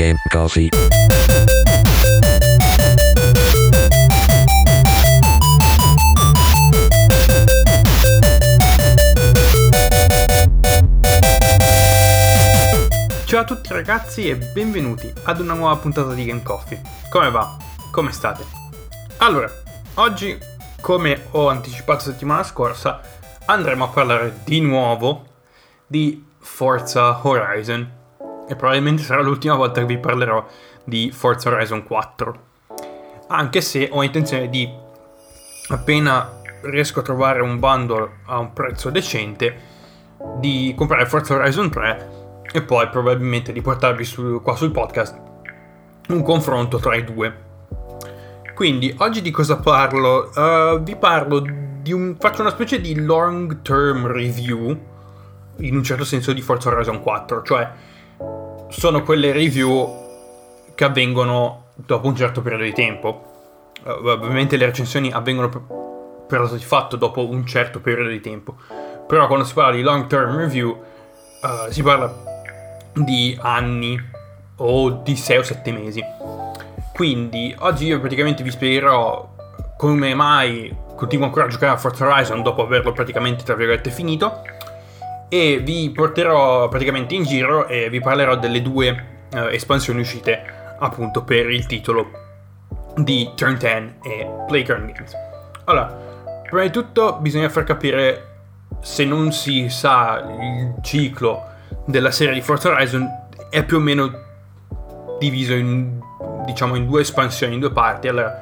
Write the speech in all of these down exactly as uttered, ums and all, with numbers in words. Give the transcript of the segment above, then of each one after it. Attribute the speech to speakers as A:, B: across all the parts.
A: Game Coffee.
B: Ciao a tutti ragazzi e benvenuti ad una nuova puntata di Game Coffee. Come va? Come state? Allora, oggi, come ho anticipato settimana scorsa, andremo a parlare di nuovo di Forza Horizon e probabilmente sarà l'ultima volta che vi parlerò di Forza Horizon quattro, anche se ho intenzione di, appena riesco a trovare un bundle a un prezzo decente, di comprare Forza Horizon tre e poi probabilmente di portarvi su, qua sul podcast un confronto tra i due. Quindi oggi di cosa parlo? Uh, vi parlo di un faccio una specie di long term review, in un certo senso, di Forza Horizon quattro, cioè sono quelle review che avvengono dopo un certo periodo di tempo. Uh, ovviamente le recensioni avvengono per, per dato di fatto dopo un certo periodo di tempo, però quando si parla di long term review uh, si parla di anni o di sei o sette mesi. Quindi oggi io praticamente vi spiegherò come mai continuo ancora a giocare a Forza Horizon dopo averlo praticamente, tra virgolette, finito, e vi porterò praticamente in giro e vi parlerò delle due uh, espansioni uscite appunto per il titolo di Turn dieci e Playground Games. Allora, prima di tutto bisogna far capire, se non si sa il ciclo della serie di Forza Horizon, è più o meno diviso in, diciamo, in due espansioni, in due parti. Allora,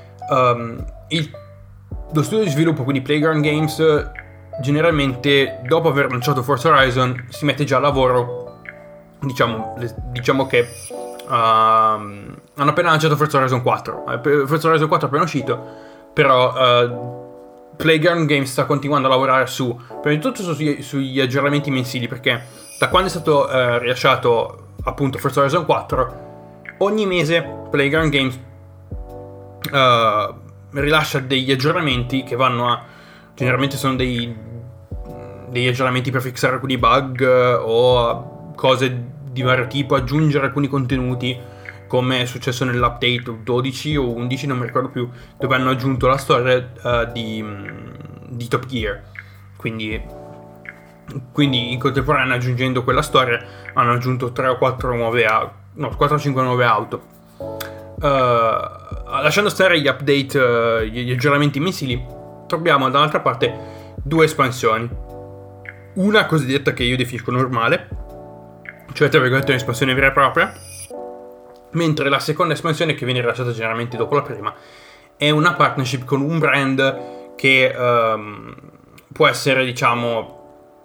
B: um, il, lo studio di sviluppo, quindi Playground Games, generalmente dopo aver lanciato Forza Horizon si mette già a lavoro, diciamo, diciamo che um, hanno appena lanciato Forza Horizon quattro. Forza Horizon quattro è appena uscito, però uh, Playground Games sta continuando a lavorare su, prima di tutto, su, sugli aggiornamenti mensili, perché da quando è stato uh, rilasciato appunto Forza Horizon quattro, ogni mese Playground Games uh, rilascia degli aggiornamenti che vanno a, generalmente sono dei, degli aggiornamenti per fissare alcuni bug uh, o cose di vario tipo, aggiungere alcuni contenuti, come è successo nell'update dodici o undici, non mi ricordo più, dove hanno aggiunto la storia uh, di, di Top Gear. Quindi Quindi in contemporanea, aggiungendo quella storia, hanno aggiunto tre o quattro nuove auto, no, quattro o cinque nuove auto. Uh, lasciando stare gli update, uh, gli aggiornamenti mensili, troviamo dall'altra parte due espansioni. Una cosiddetta che io definisco normale, cioè tra virgolette un'espansione vera e propria, mentre la seconda espansione, che viene rilasciata generalmente dopo la prima, è una partnership con un brand che um, può essere, diciamo,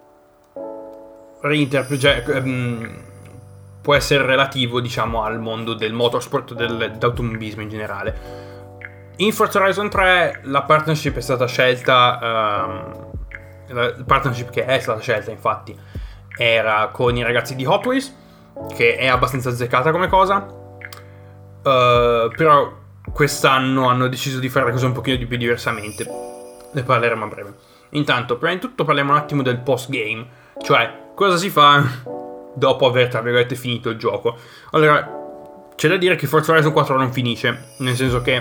B: Cioè, um, può essere relativo, diciamo, al mondo del motorsport, del, dell'automobilismo in generale. In Forza Horizon tre la partnership è stata scelta, um, la partnership che è stata scelta infatti era con i ragazzi di Hot Wheels, che è abbastanza azzeccata come cosa, uh, però quest'anno hanno deciso di fare la cosa un pochino di più diversamente. Ne parleremo a breve. Intanto, prima di tutto, parliamo un attimo del post game, cioè cosa si fa dopo aver, tra virgolette, finito il gioco. Allora, c'è da dire che Forza Horizon quattro non finisce, nel senso che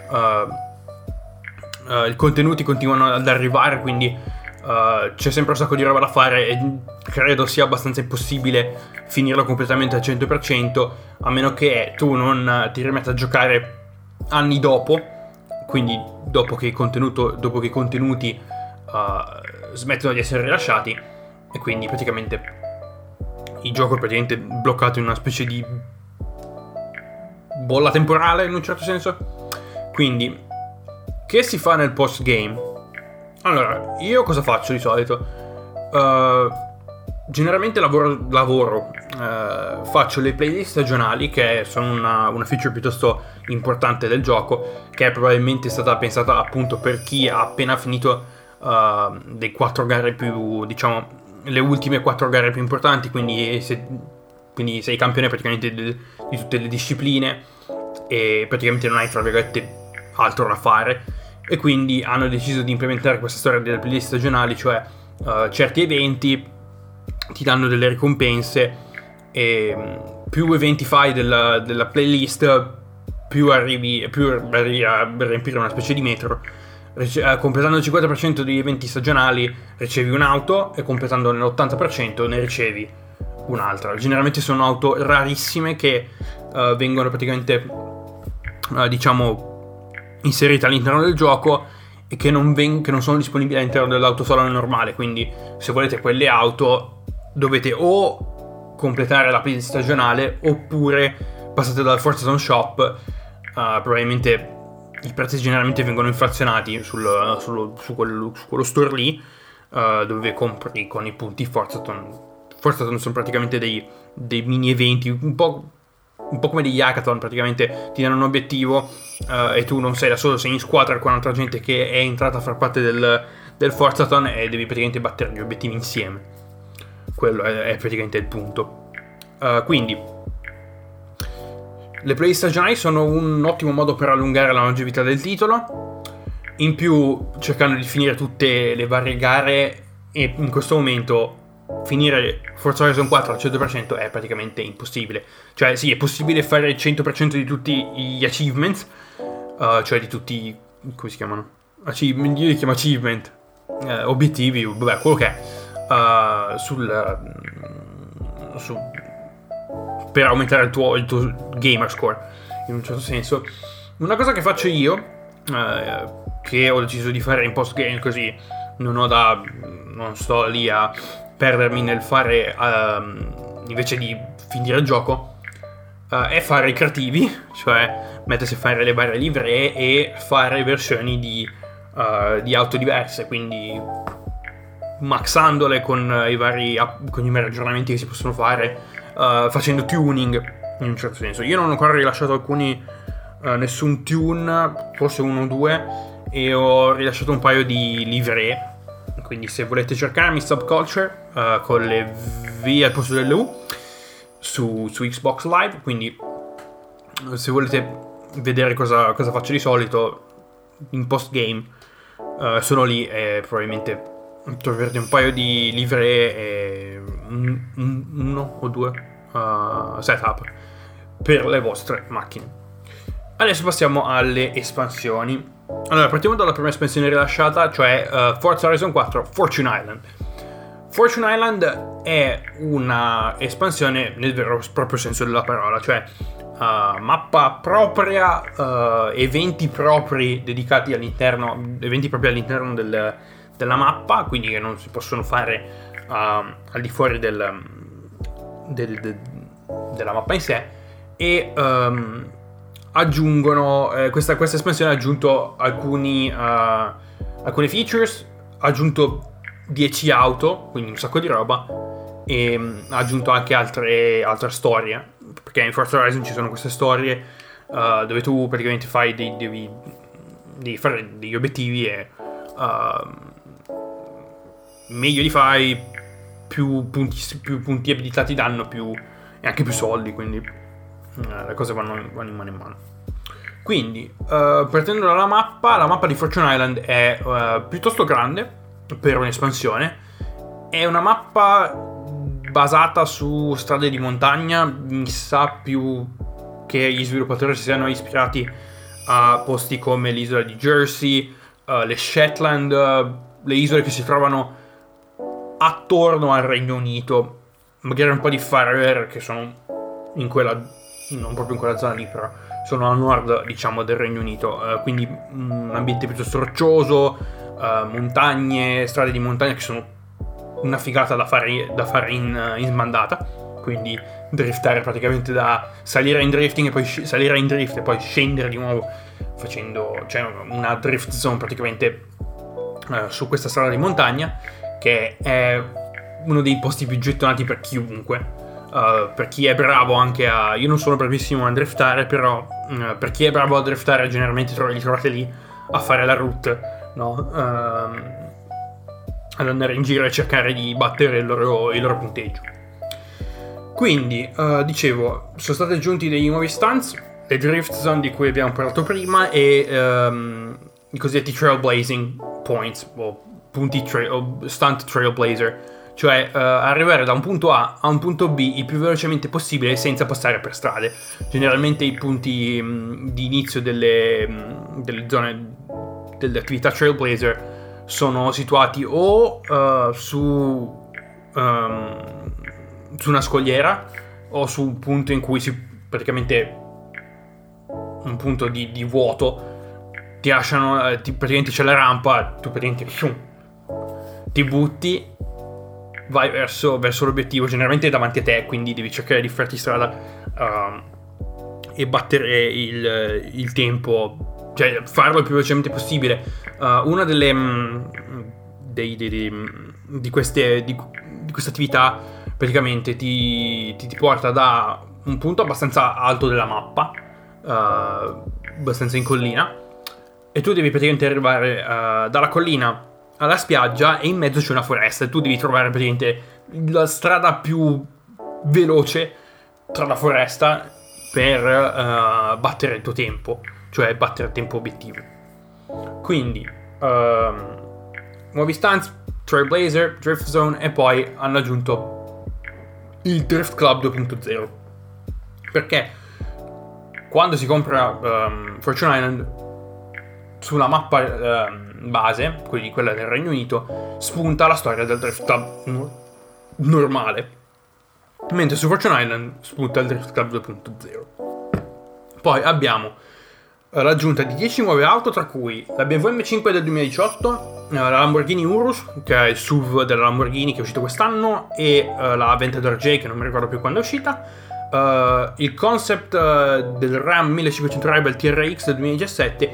B: uh, uh, i contenuti continuano ad arrivare, quindi uh, c'è sempre un sacco di roba da fare e credo sia abbastanza impossibile finirlo completamente al cento per cento, a meno che tu non ti rimetta a giocare anni dopo, quindi dopo che, il contenuto, dopo che i contenuti uh, smettono di essere rilasciati. E quindi praticamente il gioco è praticamente bloccato in una specie di bolla temporale, in un certo senso. Quindi, che si fa nel post game? Allora, io cosa faccio di solito? Uh, generalmente lavoro, lavoro uh, faccio le playlist stagionali, che sono una, una feature piuttosto importante del gioco, che è probabilmente stata pensata appunto per chi ha appena finito uh, dei quattro gare più, diciamo, le ultime quattro gare più importanti, quindi, se, quindi sei campione praticamente di, di tutte le discipline e praticamente non hai, tra virgolette, altro da fare, e quindi hanno deciso di implementare questa storia delle playlist stagionali, cioè uh, certi eventi ti danno delle ricompense e più eventi fai della, della playlist, più arrivi, più arrivi a riempire una specie di metro. Rece- completando il cinquanta per cento degli eventi stagionali ricevi un'auto, e completando l'ottanta per cento ne ricevi un'altra. Generalmente sono auto rarissime che uh, vengono praticamente uh, diciamo inserite all'interno del gioco e che non, ven- che non sono disponibili all'interno dell'autosalone normale. Quindi se volete quelle auto dovete o completare la playlist stagionale oppure passate dal Forza Zone Shop. Uh, probabilmente i prezzi generalmente vengono inflazionati sul, sul, su, quello, su quello store lì, uh, dove compri con i punti Forzathon. Forzathon sono praticamente dei, dei mini eventi, un po', un po' come degli hackathon. Praticamente ti danno un obiettivo uh, e tu non sei da solo, sei in squadra con altra gente che è entrata a far parte del, del Forzathon, e devi praticamente battere gli obiettivi insieme. Quello è, è praticamente il punto. Uh, quindi le playlist stagionali sono un ottimo modo per allungare la longevità del titolo, in più cercando di finire tutte le varie gare, e in questo momento finire Forza Horizon quattro al cento per cento è praticamente impossibile. Cioè sì, è possibile fare il cento per cento di tutti gli achievements, uh, cioè di tutti, come si chiamano? Achievement, io li chiamo achievement, uh, obiettivi, vabbè, quello che è, uh, sul, uh, su per aumentare il tuo, il tuo gamer score, in un certo senso. Una cosa che faccio io, eh, che ho deciso di fare in post game, così non ho da non sto lì a perdermi nel fare uh, invece di finire il gioco, uh, è fare i creativi, cioè mettersi a fare le varie livree e fare versioni di, uh, di auto diverse, quindi maxandole con i vari con i vari aggiornamenti che si possono fare, Uh, facendo tuning in un certo senso. Io non ho ancora rilasciato alcuni uh, nessun tune, forse uno o due, e ho rilasciato un paio di livree, quindi se volete cercarmi Subculture uh, con le V al posto delle U su, su Xbox Live, quindi se volete vedere cosa, cosa faccio di solito in post game, uh, sono lì e probabilmente troverete un paio di livree e un, un, uno o due uh, setup per le vostre macchine. Adesso passiamo alle espansioni. Allora, partiamo dalla prima espansione rilasciata, cioè uh, Forza Horizon quattro Fortune Island. Fortune Island è una espansione nel vero e proprio senso della parola, cioè uh, mappa propria, uh, eventi propri dedicati all'interno, eventi propri all'interno del della mappa, quindi che non si possono fare uh, al di fuori del, del, del, della mappa in sé, e um, aggiungono eh, questa, questa espansione ha aggiunto alcuni uh, alcune features, ha aggiunto dieci auto, quindi un sacco di roba, e um, ha aggiunto anche altre, altre storie, perché in Forza Horizon ci sono queste storie uh, dove tu praticamente fai dei, devi, devi fare degli obiettivi e uh, meglio li fai, più punti, più punti abilità ti danno, più, e anche più soldi, quindi eh, le cose vanno, vanno in mano in mano. Quindi uh, partendo dalla mappa, la mappa di Fortune Island è uh, piuttosto grande per un'espansione. È una mappa basata su strade di montagna, mi sa più che gli sviluppatori si siano ispirati a posti come l'isola di Jersey, uh, le Shetland, uh, le isole che si trovano attorno al Regno Unito, magari un po' di Faroe, che sono in quella, non proprio in quella zona lì, però sono a nord, diciamo, del Regno Unito, uh, quindi un ambiente piuttosto roccioso, uh, montagne, strade di montagna che sono una figata da fare, da fare in, in sbandata, quindi driftare praticamente, da salire in drifting e poi sc- salire in drift e poi scendere di nuovo facendo, cioè, una drift zone praticamente uh, su questa strada di montagna, che è uno dei posti più gettonati per chiunque, uh, per chi è bravo anche a... Io non sono bravissimo a driftare, però uh, per chi è bravo a driftare generalmente li trovate lì a fare la route, no? Uh, ad andare in giro e cercare di battere il loro, il loro punteggio. Quindi, uh, dicevo, sono stati aggiunti dei nuovi stunts, le drift zone di cui abbiamo parlato prima, e um, i cosiddetti trailblazing points, o punti tra- o stunt trailblazer, cioè uh, arrivare da un punto A a un punto B il più velocemente possibile senza passare per strade. Generalmente i punti mh, di inizio delle, mh, delle zone delle attività Trailblazer sono situati o uh, su, um, su una scogliera o su un punto in cui si praticamente un punto di, di vuoto, ti lasciano, eh, ti, praticamente c'è la rampa, tu praticamente shum, ti butti, vai verso, verso l'obiettivo, generalmente davanti a te, quindi devi cercare di farti strada uh, e battere il, il tempo, cioè farlo il più velocemente possibile. Uh, una delle mh, dei, dei, dei, di queste di, di queste attività praticamente ti, ti, ti porta da un punto abbastanza alto della mappa, uh, abbastanza in collina, e tu devi praticamente arrivare uh, dalla collina alla spiaggia e in mezzo c'è una foresta e tu devi trovare praticamente la strada più veloce tra la foresta per uh, battere il tuo tempo, cioè battere il tempo obiettivo. Quindi uh, nuovi stunts, Trailblazer, Drift Zone, e poi hanno aggiunto il Drift Club due punto zero, perché quando si compra um, Fortune Island sulla mappa um, base, quindi quella del Regno Unito, spunta la storia del Drift Club n- normale, mentre su Fortune Island spunta il Drift Club due punto zero. Poi abbiamo uh, l'aggiunta di dieci nuove auto, tra cui la B M W M cinque del duemiladiciotto, uh, la Lamborghini Urus, che è il S U V della Lamborghini che è uscito quest'anno, e uh, la Aventador J, che non mi ricordo più quando è uscita. Uh, il concept uh, del Ram millecinquecento Rebel T R X del duemiladiciassette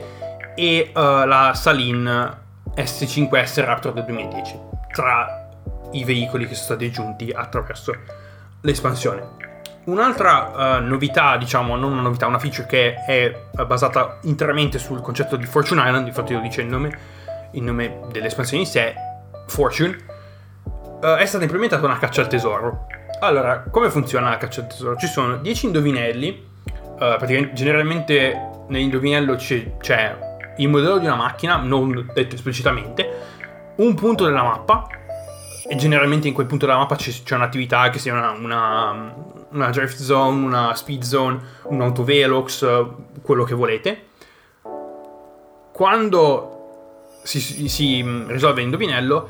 B: e uh, la Saleen S cinque S Raptor del duemiladieci, tra i veicoli che sono stati aggiunti attraverso l'espansione. Un'altra uh, novità, diciamo, non una novità, una feature che è uh, basata interamente sul concetto di Fortune Island, infatti lo dice il nome, il nome dell'espansione in sé, Fortune, uh, è stata implementata una caccia al tesoro. Allora, come funziona la caccia al tesoro? Ci sono dieci indovinelli, uh, praticamente generalmente nell'indovinello c'è, c'è il modello di una macchina, non detto esplicitamente, un punto della mappa, e generalmente in quel punto della mappa c'è, c'è un'attività, che sia una, una, una drift zone, una speed zone, un autovelox, uh, quello che volete. Quando si, si, si risolve l'indovinello,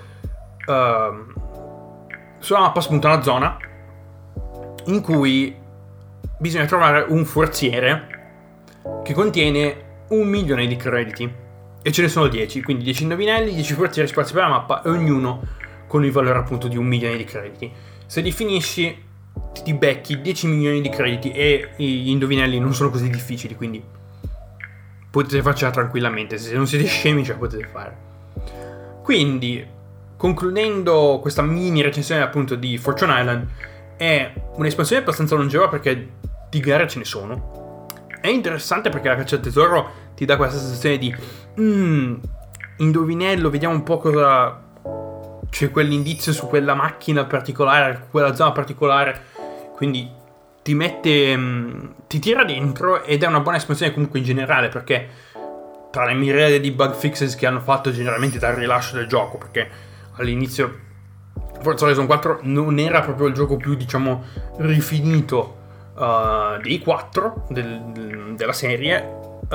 B: uh, sulla mappa spunta una zona in cui bisogna trovare un forziere che contiene un milione di crediti, e ce ne sono dieci, quindi dieci indovinelli, dieci forzieri sparsi per la mappa, e ognuno con il valore appunto di un milione di crediti. Se li finisci ti becchi dieci milioni di crediti, e gli indovinelli non sono così difficili, quindi potete farcela tranquillamente. Se non siete scemi ce la potete fare. Quindi, concludendo questa mini recensione appunto di Fortune Island, è un'espansione abbastanza longeva perché di gare ce ne sono. È interessante perché la caccia al tesoro ti dà questa sensazione di mm, indovinello, vediamo un po' cosa c'è, quell'indizio su quella macchina particolare, quella zona particolare, quindi ti mette, mm, ti tira dentro, ed è una buona espansione comunque in generale, perché tra le miriade di bug fixes che hanno fatto generalmente dal rilascio del gioco, perché all'inizio Forza Horizon quattro non era proprio il gioco più, diciamo, rifinito uh, dei quattro del, della serie.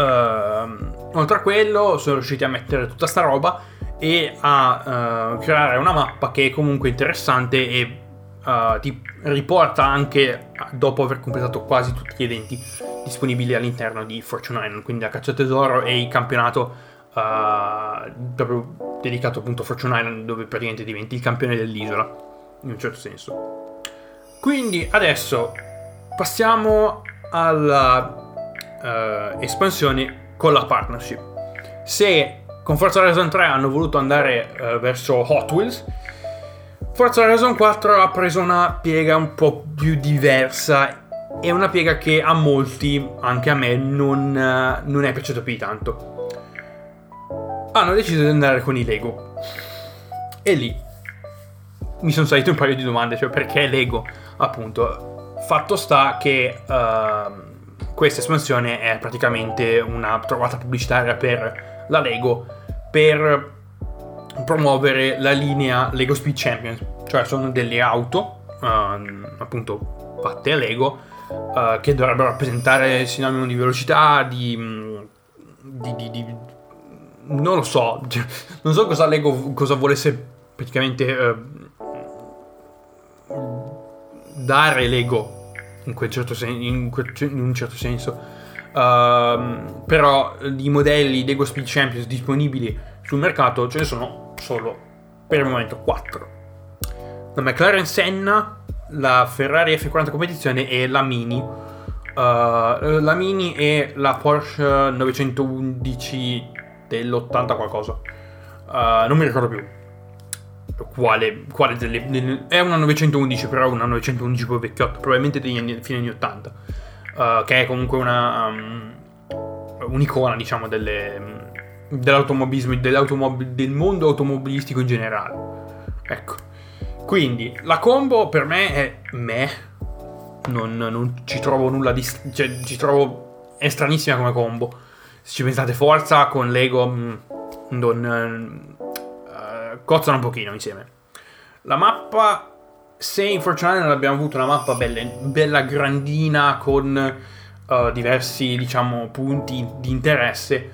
B: Uh, oltre a quello sono riusciti a mettere tutta sta roba e a uh, creare una mappa che è comunque interessante e uh, ti riporta anche dopo aver completato quasi tutti gli eventi disponibili all'interno di Fortune Island, quindi la caccia al tesoro e il campionato Uh, proprio dedicato appunto a Fortune Island, dove praticamente diventi il campione dell'isola in un certo senso. Quindi adesso passiamo alla uh, espansione con la partnership. Se con Forza Horizon tre hanno voluto andare uh, verso Hot Wheels, Forza Horizon quattro ha preso una piega un po' più diversa, e una piega che a molti, anche a me, non, uh, non è piaciuta più di tanto. Hanno deciso di andare con i Lego, e lì mi sono salito un paio di domande, cioè perché Lego, appunto. Fatto sta che uh, questa espansione è praticamente una trovata pubblicitaria per la Lego per promuovere la linea Lego Speed Champions, cioè sono delle auto uh, appunto fatte a Lego, uh, che dovrebbero rappresentare sinonimo di velocità, di, di, di, di non lo so, non so cosa Lego cosa volesse praticamente uh, dare Lego in quel certo sen- in, quel, in un certo senso, uh, però di modelli Lego Speed Champions disponibili sul mercato ce ne sono solo per il momento quattro: la McLaren Senna, la Ferrari F quaranta competizione e la Mini. Uh, la Mini e la Porsche novecentoundici dell'ottanta qualcosa, uh, non mi ricordo più quale, quale delle, delle, è una novecentoundici, però una novecentoundici poi vecchiotta, probabilmente degli anni, fine anni ottanta, uh, che è comunque una um, un'icona, diciamo, delle, dell'automobilismo, dell'automob- del mondo automobilistico in generale. Ecco, quindi la combo per me è meh, non, non ci trovo nulla di, cioè ci trovo, è stranissima come combo. Se ci pensate, Forza con Lego mh, non uh, cozzano un pochino insieme. La mappa, se in Fortuna non abbiamo avuto una mappa bella, bella grandina con uh, diversi, diciamo, punti di interesse,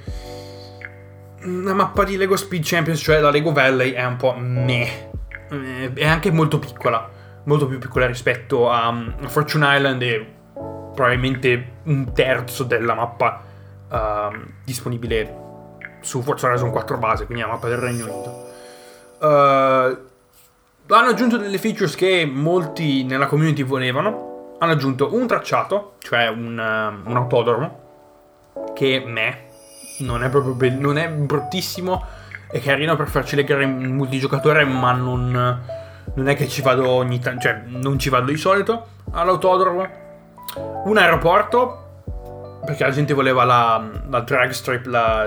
B: la mappa di Lego Speed Champions, cioè la Lego Valley, è un po' meh, è anche molto piccola, molto più piccola rispetto a, a Fortune Island, e probabilmente un terzo della mappa Uh, disponibile su Forza Horizon quattro base, quindi la mappa del Regno Unito. Uh, hanno aggiunto delle features che molti nella community volevano. Hanno aggiunto un tracciato, cioè un, uh, un autodromo, che me non è proprio be- non è bruttissimo, è carino per farci le gare in multigiocatore, ma non, non è che ci vado ogni tanto, cioè non ci vado di solito all'autodromo. Un aeroporto, perché la gente voleva la, la drag strip la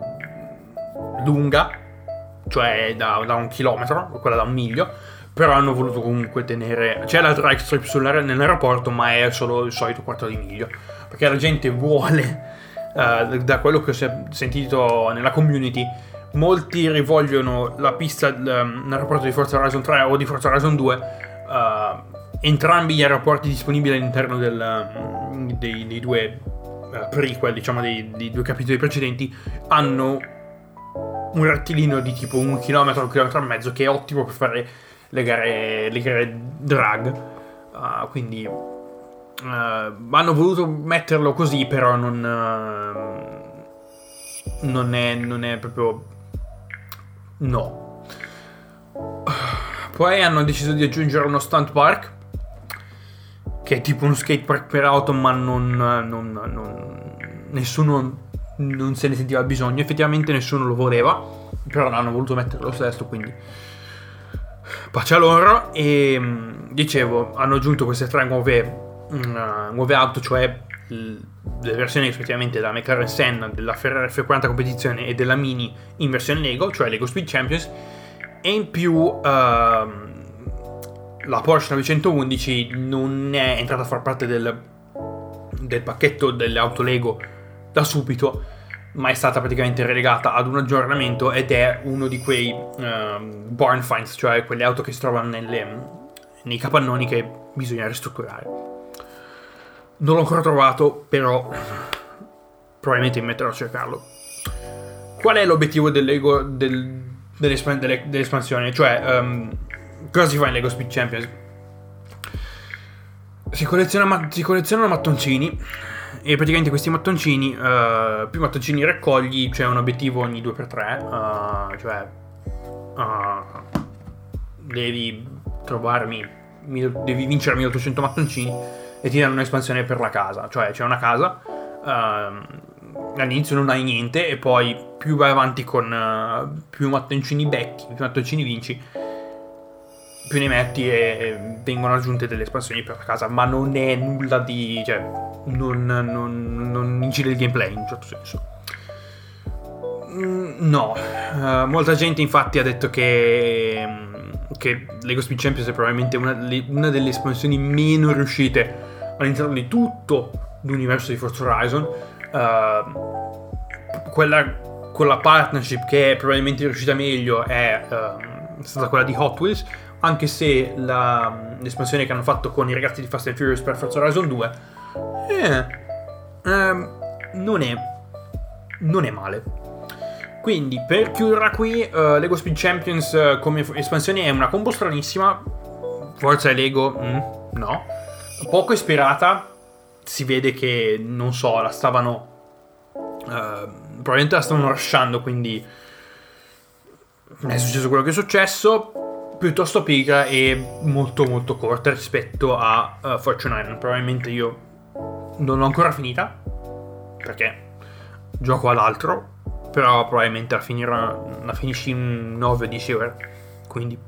B: lunga, cioè da, da un chilometro, quella da un miglio, però hanno voluto comunque tenere, c'è la drag strip nell'aeroporto, ma è solo il solito quarto di miglio, perché la gente vuole, uh, da quello che ho sentito nella community, molti rivogliono la pista, l'aeroporto di Forza Horizon tre o di Forza Horizon due, uh, entrambi gli aeroporti disponibili all'interno del, dei, dei due prequel, diciamo, dei, dei due capitoli precedenti, hanno un rettilineo di tipo un chilometro, un chilometro e mezzo, che è ottimo per fare le gare, le gare drag. Uh, quindi uh, hanno voluto metterlo così, però non, uh, non è non è proprio no. Poi hanno deciso di aggiungere uno stunt park, che è tipo uno skate park per auto, ma non, non, non nessuno non se ne sentiva bisogno, effettivamente nessuno lo voleva, però hanno voluto metterlo lo stesso, quindi pace a loro. E dicevo, hanno aggiunto queste tre nuove uh, nuove auto, cioè le versioni effettivamente della McLaren Senna, della Ferrari F quaranta competizione e della Mini in versione Lego, cioè Lego Speed Champions, e in più uh, la Porsche novecentoundici non è entrata a far parte del, del pacchetto delle auto Lego da subito, ma è stata praticamente relegata ad un aggiornamento, ed è uno di quei uh, barn finds, cioè quelle auto che si trovano nelle, nei capannoni che bisogna ristrutturare. Non l'ho ancora trovato, però probabilmente mi metterò a cercarlo. Qual è l'obiettivo del Lego del, dell'espan- delle, dell'espansione? Cioè, um, cosa si fa in Lego Speed Champions? Si, colleziona, si collezionano mattoncini, e praticamente questi mattoncini, uh, più mattoncini raccogli, c'è un obiettivo ogni due per tre, uh, cioè uh, devi trovarmi, devi vincere milleottocento mattoncini e ti danno un'espansione per la casa. Cioè c'è una casa, uh, all'inizio non hai niente, e poi più vai avanti con uh, più mattoncini becchi, più mattoncini vinci, più ne metti e vengono aggiunte delle espansioni per la casa, ma non è nulla di, cioè non, non, non incide il gameplay in un certo senso. No, uh, molta gente infatti ha detto che che Lego Speed Champions è probabilmente una, una delle espansioni meno riuscite all'interno di tutto l'universo di Forza Horizon. Uh, quella con la partnership che è probabilmente riuscita meglio è uh, stata quella di Hot Wheels. anche se la, l'espansione che hanno fatto con i ragazzi di Fast and Furious per Forza Horizon due eh, ehm, non è non è male. Quindi per chiudere qui, uh, Lego Speed Champions uh, come espansione è una combo stranissima. Forza e Lego mm, no, poco ispirata. Si vede che, non so, la stavano uh, probabilmente la stavano rushando, quindi è successo quello che è successo. Piuttosto pigra e molto molto corta rispetto a uh, Fortune Island. Probabilmente io non l'ho ancora finita perché gioco ad altro, però probabilmente la finirà, la finisci in nove dieci ore, quindi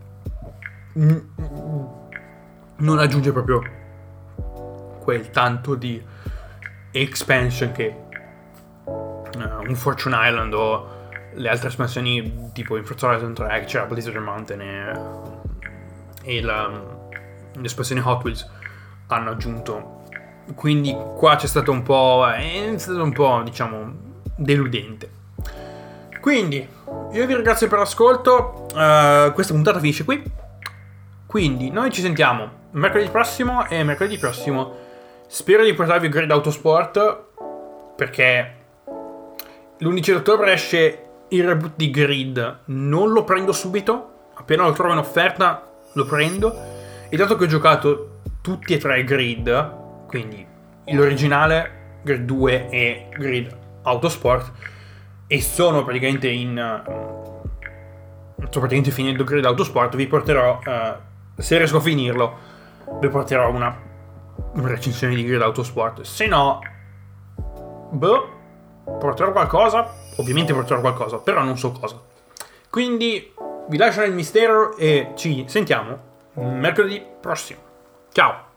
B: non aggiunge proprio quel tanto di expansion che uh, un Fortune Island o le altre espansioni tipo in Forza Horizon tre c'era Blizzard Mountain e, e la, l'espansione Hot Wheels hanno aggiunto. Quindi qua c'è stato un po' è stato un po' diciamo deludente. Quindi io vi ringrazio per l'ascolto. Uh, questa puntata finisce qui. Quindi noi ci sentiamo mercoledì prossimo, e mercoledì prossimo spero di portarvi Grid Autosport, perché l'undici ottobre esce il reboot di Grid. Non lo prendo subito, appena lo trovo in offerta lo prendo, e dato che ho giocato tutti e tre i Grid, quindi l'originale, Grid due e Grid Autosport, e sono praticamente in uh, sto praticamente finendo Grid Autosport, vi porterò uh, se riesco a finirlo vi porterò una, una recensione di Grid Autosport. Se no boh, porterò qualcosa, ovviamente porterò qualcosa, però non so cosa. Quindi vi lascio nel mistero e ci sentiamo mercoledì prossimo. Ciao.